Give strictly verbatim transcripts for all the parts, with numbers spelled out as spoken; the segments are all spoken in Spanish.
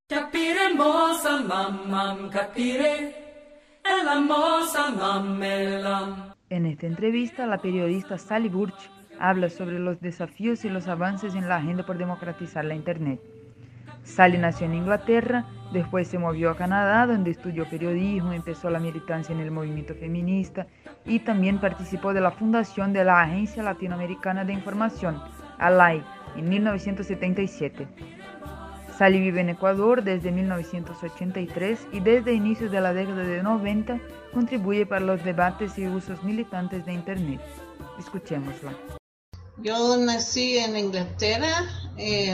Capire mosa mamam, capire, e la mosa mamelam. En esta entrevista, la periodista Sally Burch habla sobre los desafíos y los avances en la agenda por democratizar la Internet. Sally nació en Inglaterra, después se movió a Canadá, donde estudió periodismo, empezó la militancia en el movimiento feminista y también participó de la fundación de la Agencia Latinoamericana de Información, A L A I, en mil novecientos setenta y siete. Sally vive en Ecuador desde mil novecientos ochenta y tres y desde inicios de la década de noventa contribuye para los debates y usos militantes de Internet. Escuchémosla. Yo nací en Inglaterra, eh,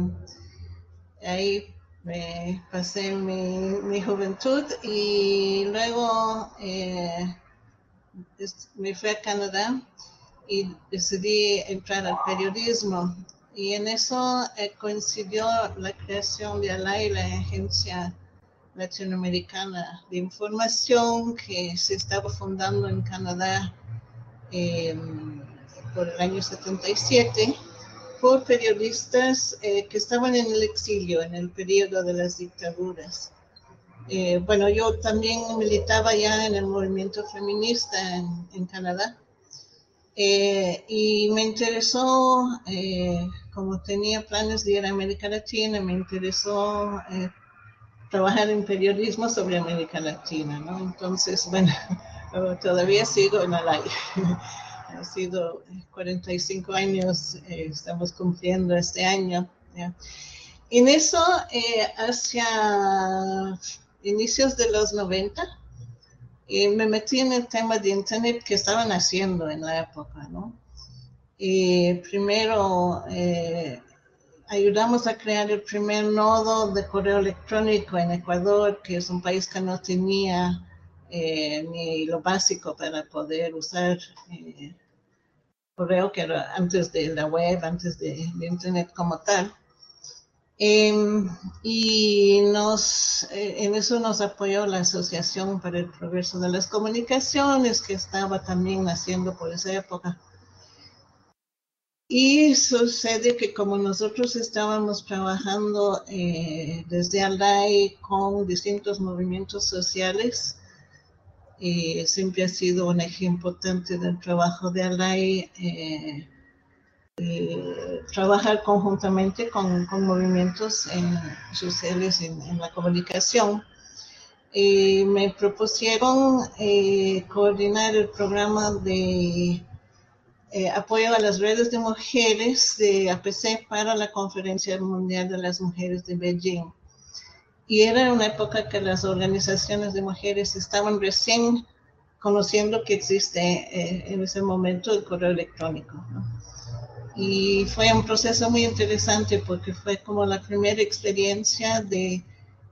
ahí eh, pasé mi, mi juventud y luego eh, me fui a Canadá y decidí entrar al periodismo. Y en eso eh, coincidió la creación de A L A I, la Agencia Latinoamericana de Información, que se estaba fundando en Canadá eh, por el año setenta y siete, por periodistas eh, que estaban en el exilio en el periodo de las dictaduras. Eh, bueno, yo también militaba ya en el movimiento feminista en, en Canadá. Eh, y me interesó, eh, como tenía planes de ir a América Latina, me interesó eh, trabajar en periodismo sobre América Latina, ¿no? Entonces, bueno, todavía sigo en A L A I. Ha sido cuarenta y cinco años, eh, estamos cumpliendo este año, ¿ya? En eso, eh, hacia inicios de los noventa, y me metí en el tema de Internet que estaban haciendo en la época, ¿no? Y primero eh, ayudamos a crear el primer nodo de correo electrónico en Ecuador, que es un país que no tenía eh, ni lo básico para poder usar eh, correo, que era antes de la web, antes de, de Internet como tal. Eh, y nos, eh, en eso nos apoyó la Asociación para el Progreso de las Comunicaciones, que estaba también naciendo por esa época. Y sucede que como nosotros estábamos trabajando eh, desde A L A I con distintos movimientos sociales, y siempre ha sido un eje importante del trabajo de A L A I, eh, Eh, trabajar conjuntamente con, con movimientos en, sociales en, en la comunicación. Eh, me propusieron eh, coordinar el programa de eh, apoyo a las redes de mujeres de A P C para la Conferencia Mundial de las Mujeres de Beijing. Y era una época que las organizaciones de mujeres estaban recién conociendo que existe eh, en ese momento el correo electrónico, ¿no? Y fue un proceso muy interesante porque fue como la primera experiencia de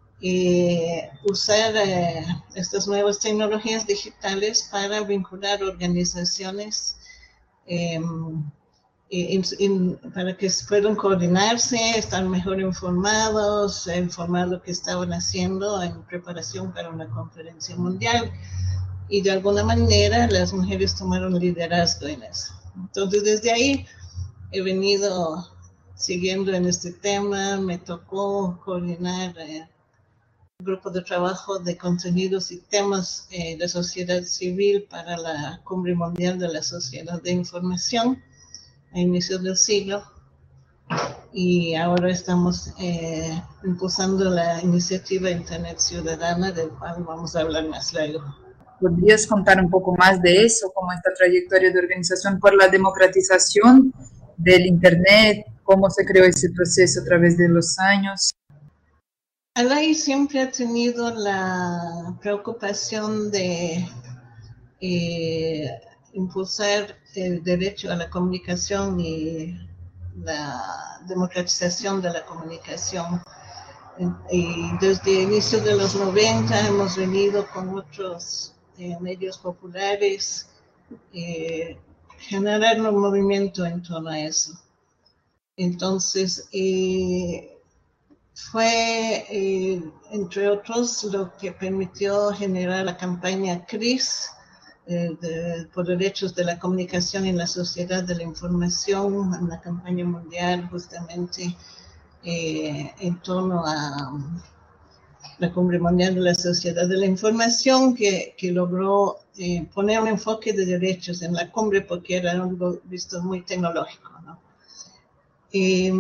eh, usar eh, estas nuevas tecnologías digitales para vincular organizaciones eh, in, in, para que puedan coordinarse, estar mejor informados, informar lo que estaban haciendo en preparación para una conferencia mundial. Y de alguna manera las mujeres tomaron liderazgo en eso. Entonces desde ahí he venido siguiendo en este tema. Me tocó coordinar eh, un grupo de trabajo de contenidos y temas eh, de sociedad civil para la Cumbre Mundial de la Sociedad de Información a inicios del siglo. Y ahora estamos eh, impulsando la iniciativa Internet Ciudadana, del cual vamos a hablar más luego. ¿Podrías contar un poco más de eso, cómo esta trayectoria de organización por la democratización del Internet, cómo se creó ese proceso a través de los años? A L A I siempre ha tenido la preocupación de eh, impulsar el derecho a la comunicación y la democratización de la comunicación. Y desde inicios de los noventa hemos venido con otros eh, medios populares eh, generar un movimiento en torno a eso. Entonces, eh, fue, eh, entre otros, lo que permitió generar la campaña CRIS, eh, de, por derechos de la comunicación en la sociedad de la información, una campaña mundial justamente eh, en torno a la Cumbre Mundial de la Sociedad de la Información, que, que logró eh, poner un enfoque de derechos en la cumbre porque era algo visto muy tecnológico, ¿no? Y,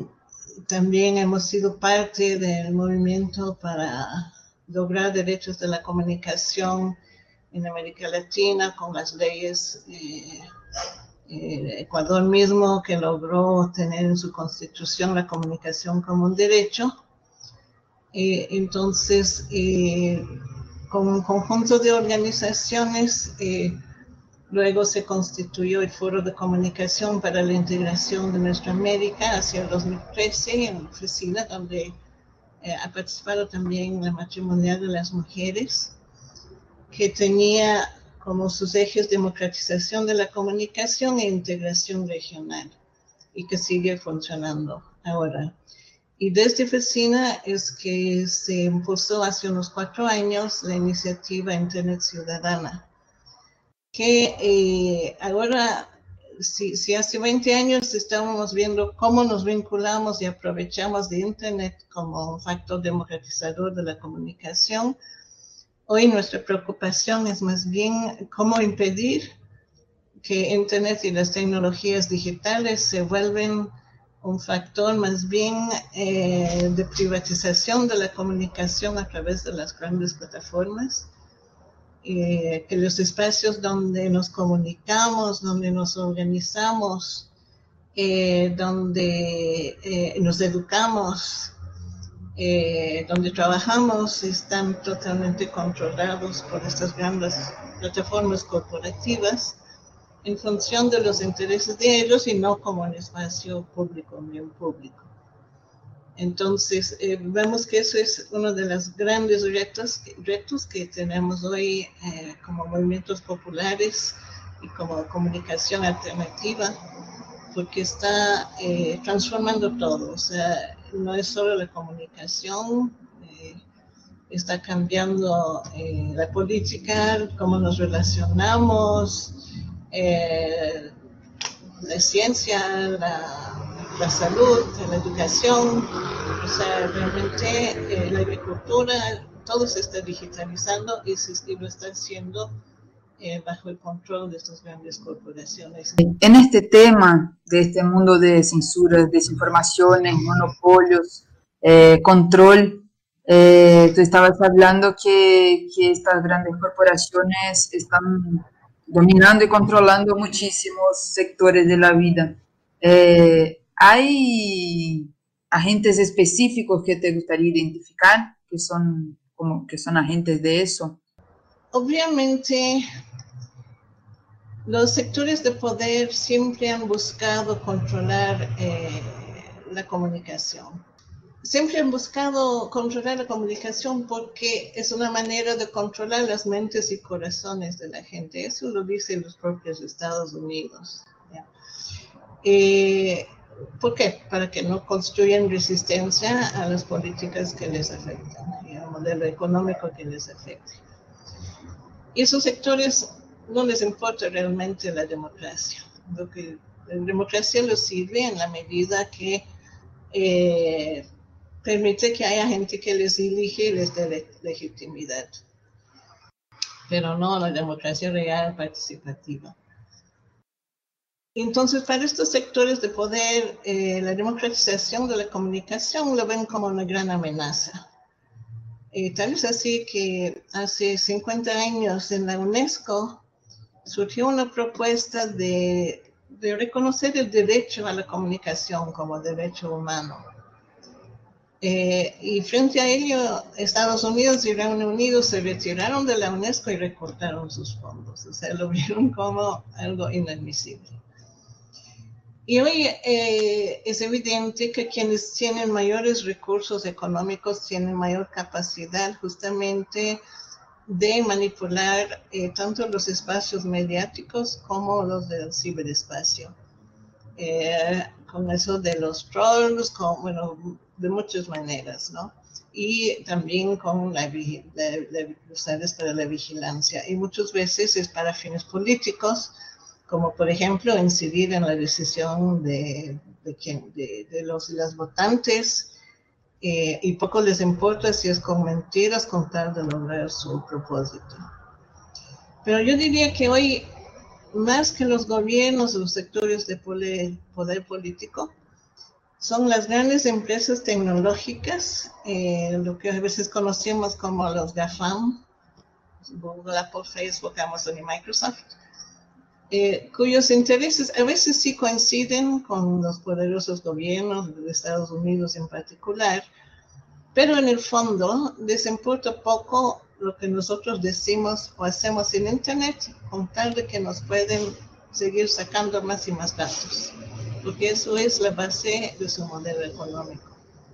también hemos sido parte del movimiento para lograr derechos de la comunicación en América Latina con las leyes eh, eh, Ecuador mismo, que logró tener en su constitución la comunicación como un derecho. Eh, entonces, eh, con un conjunto de organizaciones, eh, luego se constituyó el Foro de Comunicación para la Integración de Nuestra América hacia el dos mil trece, en la oficina donde eh, ha participado también la Matrimonial de las Mujeres, que tenía como sus ejes democratización de la comunicación e integración regional, y que sigue funcionando ahora. Y desde oficina es que se impulsó hace unos cuatro años la iniciativa Internet Ciudadana, que eh, ahora, si, si hace veinte años estábamos viendo cómo nos vinculamos y aprovechamos de Internet como un factor democratizador de la comunicación, hoy nuestra preocupación es más bien cómo impedir que Internet y las tecnologías digitales se vuelven un factor más bien eh, de privatización de la comunicación a través de las grandes plataformas, eh, que los espacios donde nos comunicamos, donde nos organizamos, eh, donde eh, nos educamos, eh, donde trabajamos, están totalmente controlados por estas grandes plataformas corporativas en función de los intereses de ellos y no como un espacio público, bien público. Entonces, eh, vemos que eso es uno de los grandes retos, retos que tenemos hoy eh, como movimientos populares y como comunicación alternativa, porque está eh, transformando todo. O sea, no es solo la comunicación, eh, está cambiando eh, la política, cómo nos relacionamos, eh, la ciencia, la, la salud, la educación, o sea, realmente eh, la agricultura, todo se está digitalizando y, se, y lo está haciendo eh, bajo el control de estas grandes corporaciones. En este tema de este mundo de censuras, desinformaciones, monopolios, eh, control, eh, tú estabas hablando que, que estas grandes corporaciones están dominando y controlando muchísimos sectores de la vida. Eh, ¿hay agentes específicos que te gustaría identificar, que son, como, que son agentes de eso? Obviamente, los sectores de poder siempre han buscado controlar eh, la comunicación. Siempre han buscado controlar la comunicación porque es una manera de controlar las mentes y corazones de la gente. Eso lo dicen los propios Estados Unidos. Eh, ¿Por qué? Para que no construyan resistencia a las políticas que les afectan y al modelo económico que les afecta. Y esos sectores no les importa realmente la democracia. Lo que la democracia les sirve en la medida que eh, permite que haya gente que les elige y les dé legitimidad. Pero no la democracia real participativa. Entonces, para estos sectores de poder, eh, la democratización de la comunicación lo ven como una gran amenaza. Eh, tal es así que hace cincuenta años en la UNESCO surgió una propuesta de, de reconocer el derecho a la comunicación como derecho humano. Eh, y frente a ello, Estados Unidos y Reino Unido se retiraron de la UNESCO y recortaron sus fondos. O sea, lo vieron como algo inadmisible. Y hoy eh, es evidente que quienes tienen mayores recursos económicos tienen mayor capacidad justamente de manipular eh, tanto los espacios mediáticos como los del ciberespacio. Eh, con eso de los trolls, con, bueno, de muchas maneras, ¿no? Y también con la, la, la, los redes para la vigilancia. Y muchas veces es para fines políticos, como por ejemplo incidir en la decisión de, de, quien, de, de los y las votantes, eh, y poco les importa si es con mentiras con tal de lograr su propósito. Pero yo diría que hoy, más que los gobiernos, los sectores de poder, poder político, son las grandes empresas tecnológicas, eh, lo que a veces conocemos como los GAFAM, Google, Apple, Facebook, Amazon y Microsoft, eh, cuyos intereses a veces sí coinciden con los poderosos gobiernos de Estados Unidos en particular, pero en el fondo les importa poco lo que nosotros decimos o hacemos en Internet, con tal de que nos pueden seguir sacando más y más datos, porque eso es la base de su modelo económico.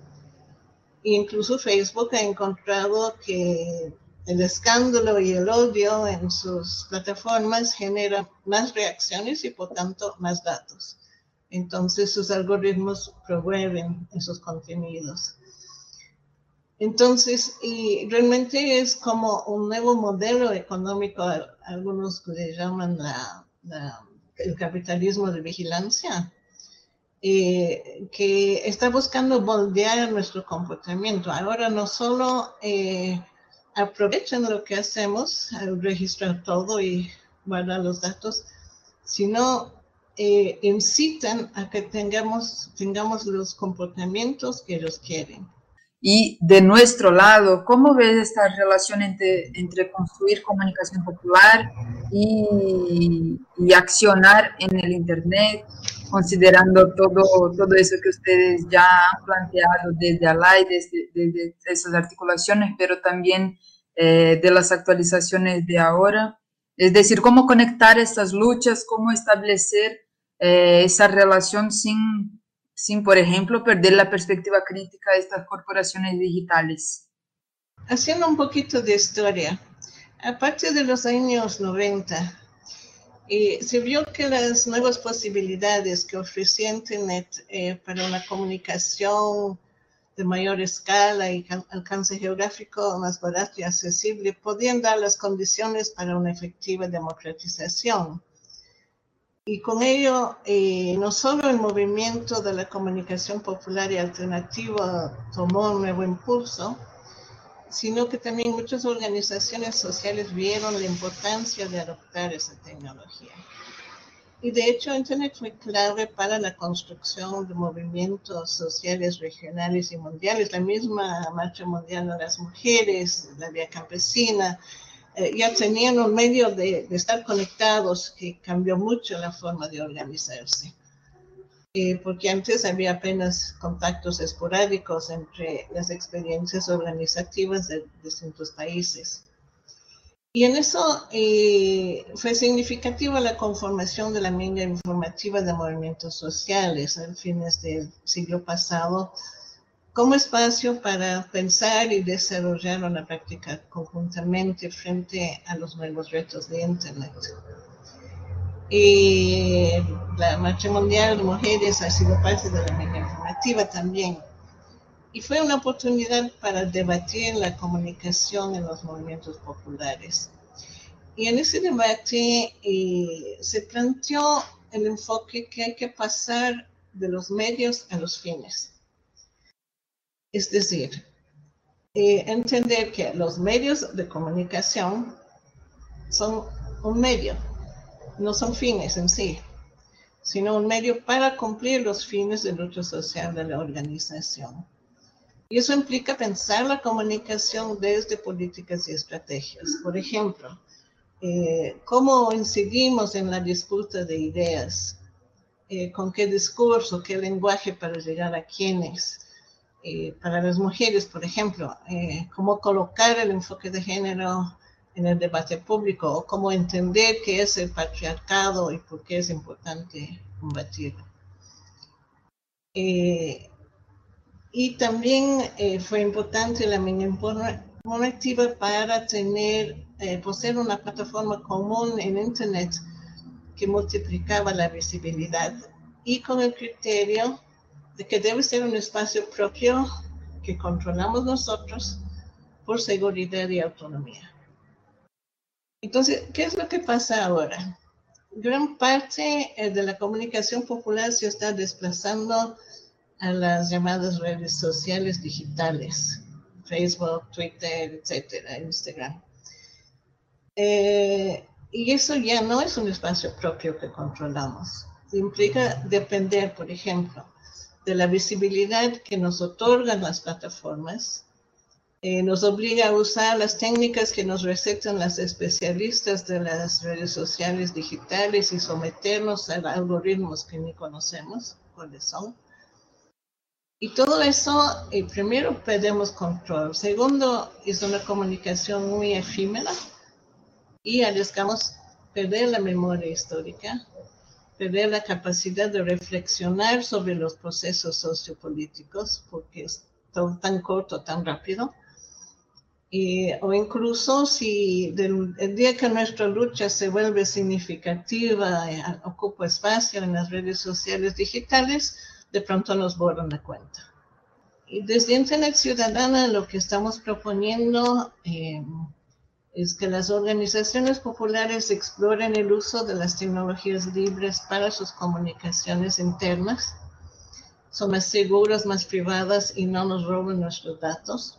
Incluso Facebook ha encontrado que el escándalo y el odio en sus plataformas genera más reacciones y por tanto más datos. Entonces sus algoritmos promueven esos contenidos. Entonces, y realmente es como un nuevo modelo económico, algunos le llaman la, la, el capitalismo de vigilancia, eh, que está buscando moldear nuestro comportamiento. Ahora no solo eh, aprovechan lo que hacemos, registrar todo y guardar los datos, sino eh, incitan a que tengamos, tengamos los comportamientos que ellos quieren. Y de nuestro lado, ¿cómo ves esta relación entre, entre construir comunicación popular y, y accionar en el Internet, considerando todo, todo eso que ustedes ya han planteado desde ALAI, desde, desde esas articulaciones, pero también eh, de las actualizaciones de ahora? Es decir, ¿cómo conectar estas luchas, cómo establecer eh, esa relación sin... sin, por ejemplo, perder la perspectiva crítica de estas corporaciones digitales? Haciendo un poquito de historia, a partir de los años noventa, eh, se vio que las nuevas posibilidades que ofrecía Internet eh, para una comunicación de mayor escala y alcance geográfico más barato y accesible podían dar las condiciones para una efectiva democratización. Y con ello, eh, no solo el movimiento de la comunicación popular y alternativa tomó un nuevo impulso, sino que también muchas organizaciones sociales vieron la importancia de adoptar esa tecnología. Y de hecho, Internet fue clave para la construcción de movimientos sociales regionales y mundiales. La misma Marcha Mundial de las Mujeres, la Vía Campesina, Eh, ya tenían un medio de, de estar conectados que cambió mucho la forma de organizarse. Eh, porque antes había apenas contactos esporádicos entre las experiencias organizativas de distintos países. Y en eso eh, fue significativa la conformación de la Minga Informativa de Movimientos Sociales a fines del siglo pasado, como espacio para pensar y desarrollar una práctica conjuntamente frente a los nuevos retos de Internet. Y la Marcha Mundial de Mujeres ha sido parte de la Minga Informativa también. Y fue una oportunidad para debatir la comunicación en los movimientos populares. Y en ese debate eh, se planteó el enfoque que hay que pasar de los medios a los fines. Es decir, eh, entender que los medios de comunicación son un medio, no son fines en sí, sino un medio para cumplir los fines de lucha social de la organización. Y eso implica pensar la comunicación desde políticas y estrategias. Por ejemplo, eh, cómo incidimos en la disputa de ideas, eh, con qué discurso, qué lenguaje para llegar a quiénes. Eh, para las mujeres, por ejemplo, eh, cómo colocar el enfoque de género en el debate público o cómo entender qué es el patriarcado y por qué es importante combatirlo. Eh, y también eh, fue importante la Minga Informativa para tener, eh, poseer una plataforma común en Internet que multiplicaba la visibilidad y con el criterio de que debe ser un espacio propio que controlamos nosotros por seguridad y autonomía. Entonces, ¿qué es lo que pasa ahora? gran parte eh, de la comunicación popular se está desplazando a las llamadas redes sociales digitales, Facebook, Twitter, etcétera, Instagram. Eh, y eso ya no es un espacio propio que controlamos. Implica depender, por ejemplo, de la visibilidad que nos otorgan las plataformas. Eh, nos obliga a usar las técnicas que nos recetan las especialistas de las redes sociales digitales y someternos a algoritmos que ni conocemos cuáles son. Y todo eso, eh, primero, perdemos control. Segundo, es una comunicación muy efímera y arriesgamos perder la memoria histórica, perder la capacidad de reflexionar sobre los procesos sociopolíticos, porque es todo tan corto, tan rápido. Y, o incluso si del, el día que nuestra lucha se vuelve significativa, eh, ocupa espacio en las redes sociales digitales, de pronto nos borran la cuenta. Y desde Internet Ciudadana lo que estamos proponiendo eh, es que las organizaciones populares exploren el uso de las tecnologías libres para sus comunicaciones internas. Son más seguras, más privadas y no nos roban nuestros datos.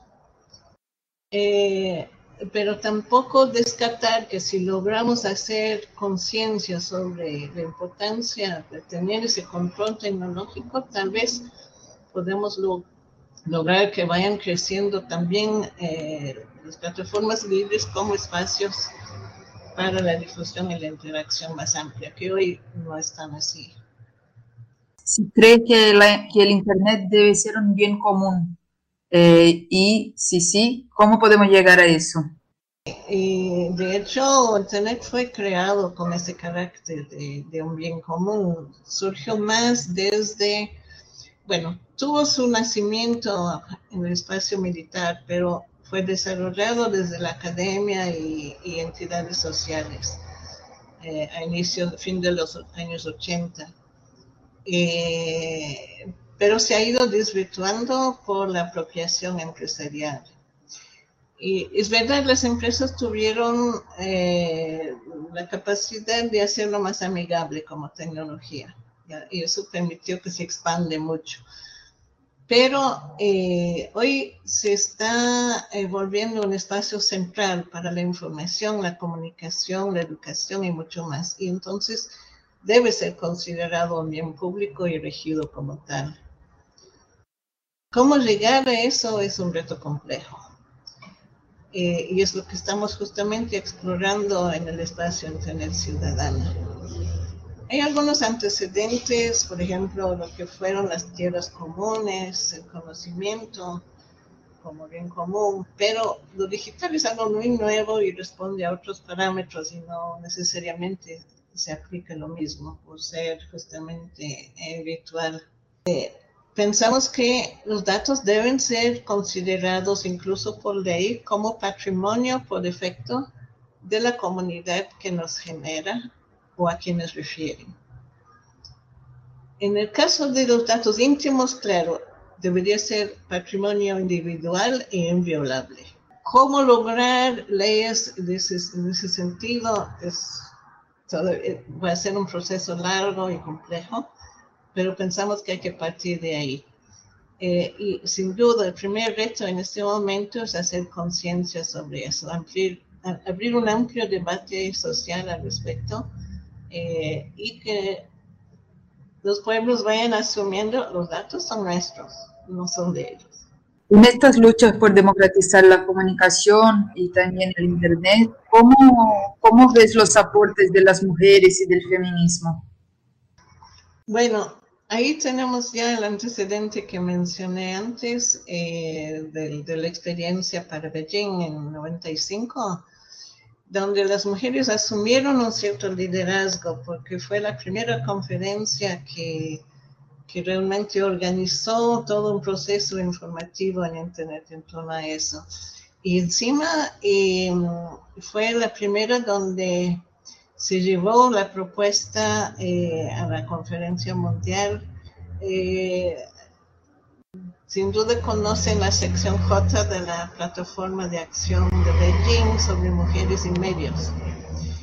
Eh, pero tampoco descartar que si logramos hacer conciencia sobre la importancia de tener ese control tecnológico, tal vez podemos lo, lograr que vayan creciendo también eh, las plataformas libres como espacios para la difusión y la interacción más amplia, que hoy no están así. ¿Si cree que, la, que el Internet debe ser un bien común? Eh, y si sí, ¿cómo podemos llegar a eso? Y de hecho, Internet fue creado con ese carácter de, de un bien común. Surgió más desde, bueno, tuvo su nacimiento en el espacio militar, pero fue desarrollado desde la academia y, y entidades sociales eh, a inicio, fin de los años ochenta. Eh, pero se ha ido desvirtuando por la apropiación empresarial. Y es verdad, las empresas tuvieron eh, la capacidad de hacerlo más amigable como tecnología, ¿ya? Y eso permitió que se expande mucho. Pero eh, hoy se está eh, volviendo un espacio central para la información, la comunicación, la educación y mucho más. Y entonces debe ser considerado un bien público y regido como tal. ¿Cómo llegar a eso? Es un reto complejo. Eh, y es lo que estamos justamente explorando en el espacio Internet Ciudadana. Hay algunos antecedentes, por ejemplo, lo que fueron las tierras comunes, el conocimiento como bien común, pero lo digital es algo muy nuevo y responde a otros parámetros y no necesariamente se aplica lo mismo por ser justamente eh, virtual. Eh, Pensamos que los datos deben ser considerados incluso por ley como patrimonio por defecto de la comunidad que nos genera o a quienes refieren. En el caso de los datos íntimos, claro, debería ser patrimonio individual e inviolable. ¿Cómo lograr leyes de ese, en ese sentido? Es, va a ser un proceso largo y complejo, pero pensamos que hay que partir de ahí. Eh, y sin duda, el primer reto en este momento es hacer conciencia sobre eso, abrir, abrir un amplio debate social al respecto eh, y que los pueblos vayan asumiendo los datos son nuestros, no son de ellos. En estas luchas por democratizar la comunicación y también el Internet, ¿cómo, cómo ves los aportes de las mujeres y del feminismo? Bueno, ahí tenemos ya el antecedente que mencioné antes eh, de, de la experiencia para Beijing en noventa y cinco, donde las mujeres asumieron un cierto liderazgo porque fue la primera conferencia que, que realmente organizó todo un proceso informativo en Internet en torno a eso. Y encima eh, fue la primera donde se llevó la propuesta eh, a la conferencia mundial. Eh, sin duda conocen la sección J de la plataforma de acción de Beijing sobre mujeres y medios.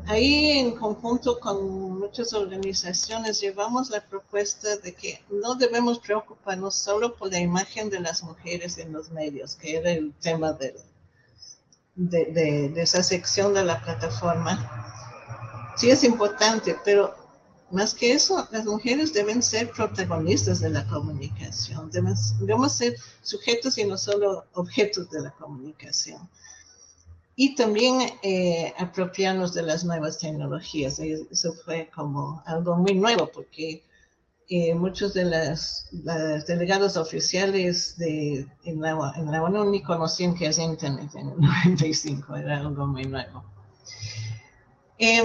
ahí en conjunto con muchas organizaciones llevamos la propuesta de que no debemos preocuparnos solo por la imagen de las mujeres en los medios, que era el tema de, de, de, de esa sección de la plataforma. Sí es importante, pero más que eso, las mujeres deben ser protagonistas de la comunicación, deben, debemos ser sujetos y no solo objetos de la comunicación. Y también eh, apropiarnos de las nuevas tecnologías. Eso fue como algo muy nuevo, porque eh, muchos de las, las delegados oficiales de, en, la, en la ONU ni conocían que es Internet en el noventa y cinco, era algo muy nuevo. Eh,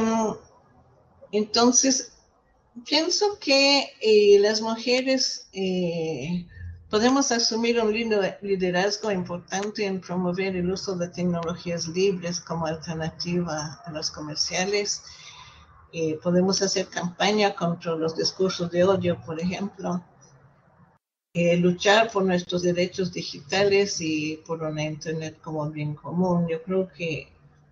entonces, pienso que eh, las mujeres eh, podemos asumir un liderazgo importante en promover el uso de tecnologías libres como alternativa a las comerciales. Eh, podemos hacer campaña contra los discursos de odio, por ejemplo. Eh, luchar por nuestros derechos digitales y por una Internet como bien común. Yo creo que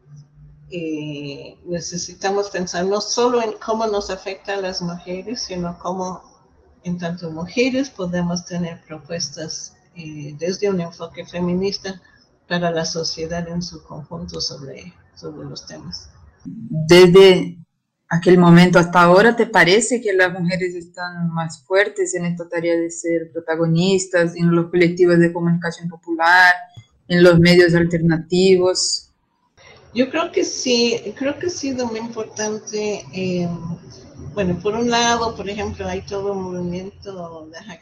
Eh, necesitamos pensar no solo en cómo nos afecta a las mujeres, sino cómo en tanto mujeres podemos tener propuestas eh, desde un enfoque feminista para la sociedad en su conjunto sobre, sobre los temas. Desde aquel momento hasta ahora, ¿te parece que las mujeres están más fuertes en esta tarea de ser protagonistas en los colectivos de comunicación popular, en los medios alternativos? Yo creo que sí, creo que ha sido muy importante. Eh, bueno, por un lado, por ejemplo, hay todo un movimiento de hack,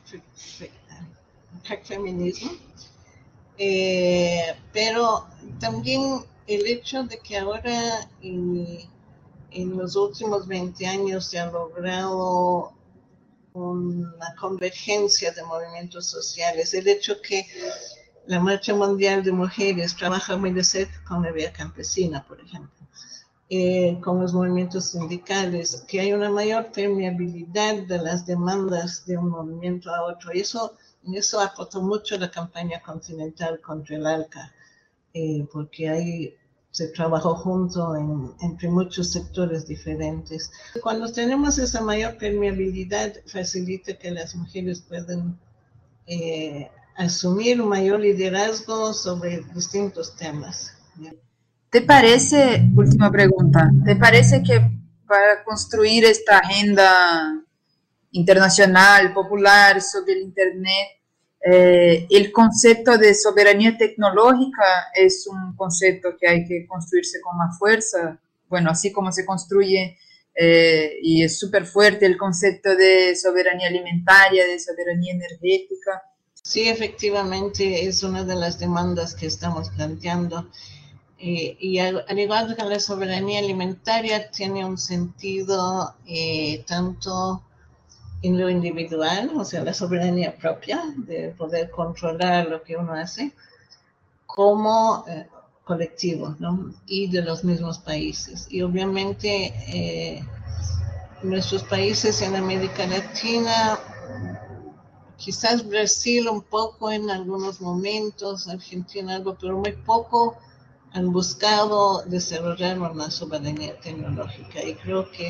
hack feminismo, eh, pero también el hecho de que ahora en, en los últimos veinte años se ha logrado una convergencia de movimientos sociales, el hecho que la Marcha Mundial de Mujeres trabaja muy de cerca con la Vía Campesina, por ejemplo, eh, con los movimientos sindicales, que hay una mayor permeabilidad de las demandas de un movimiento a otro. Y eso, eso aportó mucho la campaña continental contra el ALCA, eh, porque ahí se trabajó junto en, entre muchos sectores diferentes. Cuando tenemos esa mayor permeabilidad, facilita que las mujeres puedan Eh, asumir un mayor liderazgo sobre distintos temas. ¿Te parece, última pregunta, ¿te parece que para construir esta agenda internacional, popular sobre el Internet, eh, el concepto de soberanía tecnológica es un concepto que hay que construirse con más fuerza? Bueno, así como se construye eh, y es súper fuerte el concepto de soberanía alimentaria, de soberanía energética. Sí, efectivamente es una de las demandas que estamos planteando. Eh, y al, al igual que la soberanía alimentaria tiene un sentido eh, tanto en lo individual, o sea, la soberanía propia de poder controlar lo que uno hace, como eh, colectivo, ¿no? Y de los mismos países. Y obviamente eh, nuestros países en América Latina, quizás Brasil un poco en algunos momentos, Argentina algo, pero muy poco han buscado desarrollar una soberanía tecnológica. Y creo que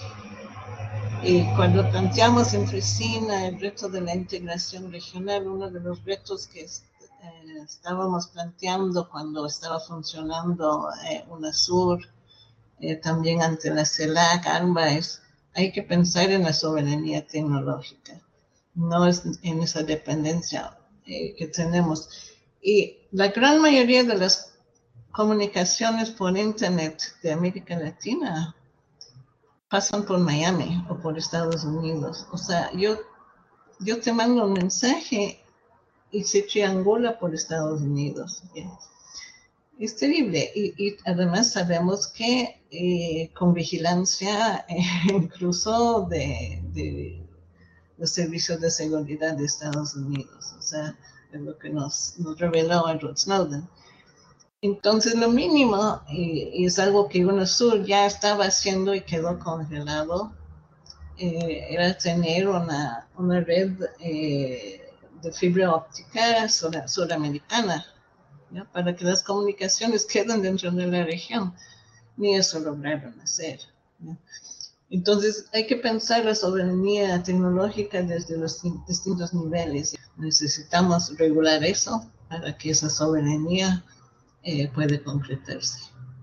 eh, cuando planteamos en Fresina el reto de la integración regional, uno de los retos que es, eh, estábamos planteando cuando estaba funcionando eh, UNASUR, eh, también ante la CELAC, ANBA, es hay que pensar en la soberanía tecnológica, no es en esa dependencia eh, que tenemos. Y la gran mayoría de las comunicaciones por Internet de América Latina pasan por Miami o por Estados Unidos. O sea, yo, yo te mando un mensaje y se triangula por Estados Unidos. ¿Bien? Es terrible. Y, y además sabemos que eh, con vigilancia eh, incluso de, de los servicios de seguridad de Estados Unidos. O sea, es lo que nos, nos reveló Edward Snowden. Entonces, lo mínimo, y, y es algo que UNASUR ya estaba haciendo y quedó congelado, eh, era tener una, una red eh, de fibra óptica sur, suramericana, ¿no? Para que las comunicaciones queden dentro de la región. ni eso lograron hacer, ¿no? Entonces hay que pensar la soberanía tecnológica desde los distintos niveles. Necesitamos regular eso para que esa soberanía eh, pueda concretarse.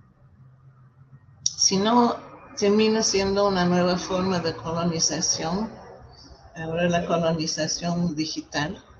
Si no, termina siendo una nueva forma de colonización, ahora la colonización digital,